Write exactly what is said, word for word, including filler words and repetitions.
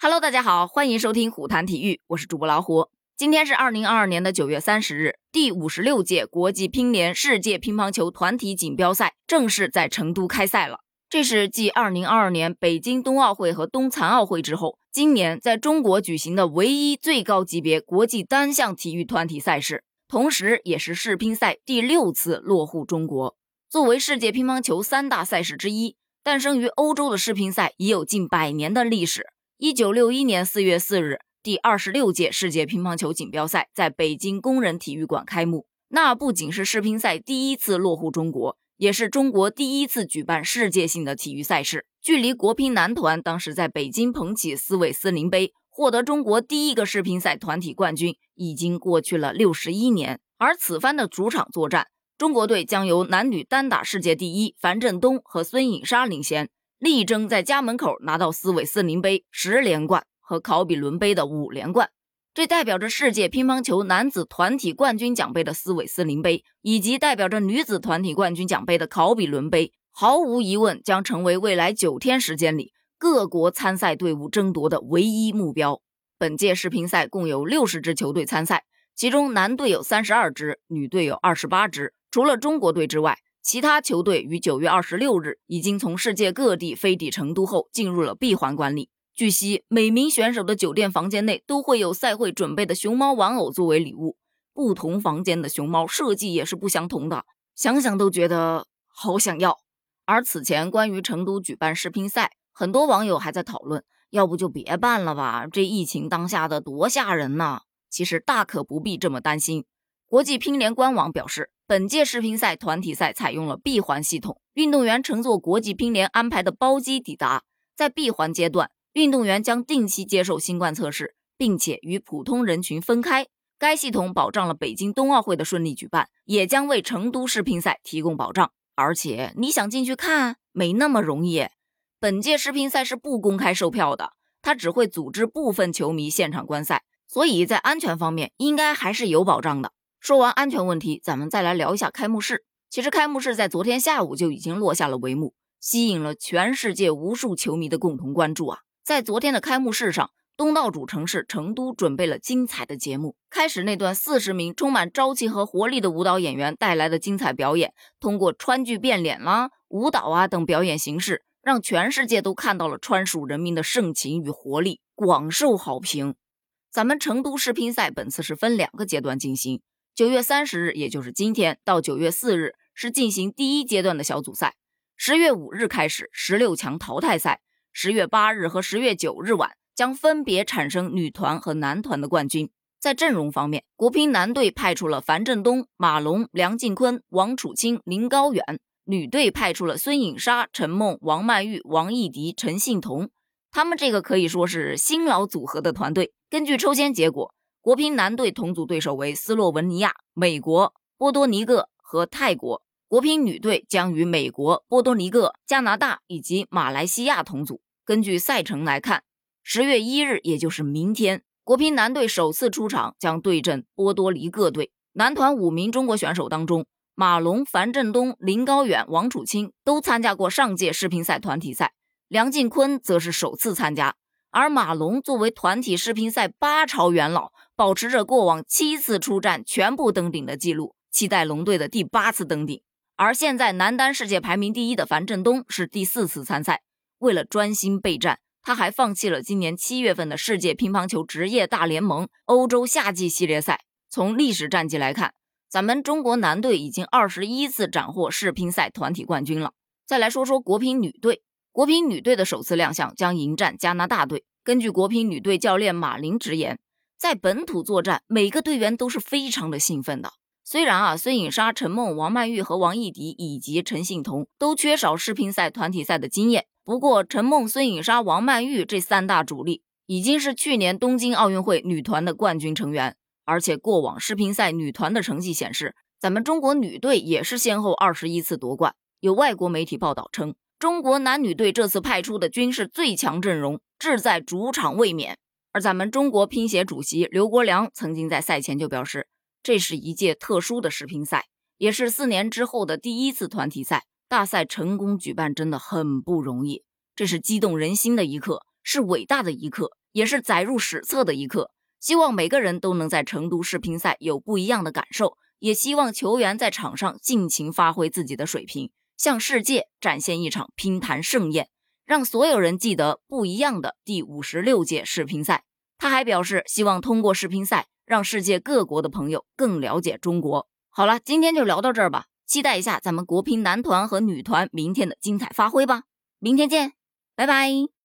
Hello， 大家好，欢迎收听虎谈体育，我是主播老虎。今天是二零二二年的九月三十日，第五十六届国际乒联世界乒乓球团体锦标赛正式在成都开赛了。这是继二零二二年北京冬奥会和冬残奥会之后，今年在中国举行的唯一最高级别国际单项体育团体赛事，同时也是世乒赛第六次落户中国。作为世界乒乓球三大赛事之一，诞生于欧洲的世乒赛已有近百年的历史。一九六一年四月四日，第二十六届世界乒乓球锦标赛在北京工人体育馆开幕。那不仅是世乒赛第一次落户中国，也是中国第一次举办世界性的体育赛事。距离国乒男团当时在北京捧起斯韦斯林杯，获得中国第一个世乒赛团体冠军，已经过去了六十一年。而此番的主场作战，中国队将由男女单打世界第一樊振东和孙颖莎领衔，力争在家门口拿到斯韦斯林杯十连冠和考比伦杯的五连冠。这代表着世界乒乓球男子团体冠军奖杯的斯韦斯林杯，以及代表着女子团体冠军奖杯的考比伦杯，毫无疑问将成为未来九天时间里各国参赛队伍争夺的唯一目标。本届世乒赛共有六十支球队参赛，其中男队有三十二支，女队有二十八支。除了中国队之外，其他球队于九月二十六日已经从世界各地飞抵成都后进入了闭环管理。据悉，每名选手的酒店房间内都会有赛会准备的熊猫玩偶作为礼物，不同房间的熊猫设计也是不相同的，想想都觉得好想要。而此前关于成都举办世乒赛，很多网友还在讨论，要不就别办了吧，这疫情当下的多吓人呐！其实大可不必这么担心。国际乒联官网表示，本届世乒赛团体赛采用了闭环系统，运动员乘坐国际乒联安排的包机抵达。在闭环阶段，运动员将定期接受新冠测试，并且与普通人群分开。该系统保障了北京冬奥会的顺利举办，也将为成都世乒赛提供保障。而且你想进去看，没那么容易。本届世乒赛是不公开售票的，它只会组织部分球迷现场观赛，所以在安全方面应该还是有保障的。说完安全问题，咱们再来聊一下开幕式。其实开幕式在昨天下午就已经落下了帷幕，吸引了全世界无数球迷的共同关注啊！在昨天的开幕式上，东道主城市成都准备了精彩的节目。开始那段四十名充满朝气和活力的舞蹈演员带来的精彩表演，通过川剧变脸啦、舞蹈啊等表演形式，让全世界都看到了川蜀人民的盛情与活力，广受好评。咱们成都世乒赛本次是分两个阶段进行。九月三十日，也就是今天到九月四日是进行第一阶段的小组赛，十月五日开始十六强淘汰赛，十月八日和十月九日晚将分别产生女团和男团的冠军。在阵容方面，国乒男队派出了樊振东、马龙、梁靖昆、王楚钦、林高远，女队派出了孙颖莎、陈梦、王曼玉、王艺迪、陈幸同。他们这个可以说是新老组合的团队。根据抽签结果，国乒男队同组对手为斯洛文尼亚、美国、波多黎各和泰国，国乒女队将与美国、波多黎各、加拿大以及马来西亚同组。根据赛程来看，十月一日，也就是明天，国乒男队首次出场将对阵波多黎各队。男团五名中国选手当中，马龙、樊振东、林高远、王楚钦都参加过上届世乒赛团体赛，梁靖昆则是首次参加。而马龙作为团体世乒赛八朝元老，保持着过往七次出战全部登顶的记录，期待龙队的第八次登顶。而现在男单世界排名第一的樊振东是第四次参赛，为了专心备战，他还放弃了今年七月份的世界乒乓球职业大联盟欧洲夏季系列赛。从历史战绩来看，咱们中国男队已经二十一次斩获世乒赛团体冠军了。再来说说国乒女队，国乒女队的首次亮相将迎战加拿大队。根据国乒女队教练马林直言，在本土作战，每个队员都是非常的兴奋的。虽然啊，孙颖莎、陈梦、王曼玉和王艺迪以及陈幸同都缺少世乒赛团体赛的经验，不过陈梦、孙颖莎、王曼玉这三大主力已经是去年东京奥运会女团的冠军成员，而且过往世乒赛女团的成绩显示，咱们中国女队也是先后二十一次夺冠。有外国媒体报道称，中国男女队这次派出的均是最强阵容，志在主场卫冕。而咱们中国乒协主席刘国梁曾经在赛前就表示，这是一届特殊的世乒赛，也是四年之后的第一次团体赛，大赛成功举办真的很不容易，这是激动人心的一刻， 是伟大的一刻，也是载入史册的一刻。希望每个人都能在成都世乒赛有不一样的感受，也希望球员在场上尽情发挥自己的水平，向世界展现一场乒坛盛宴，让所有人记得不一样的第五十六届世乒赛。他还表示，希望通过世乒赛让世界各国的朋友更了解中国。好了，今天就聊到这儿吧，期待一下咱们国乒男团和女团明天的精彩发挥吧。明天见，拜拜。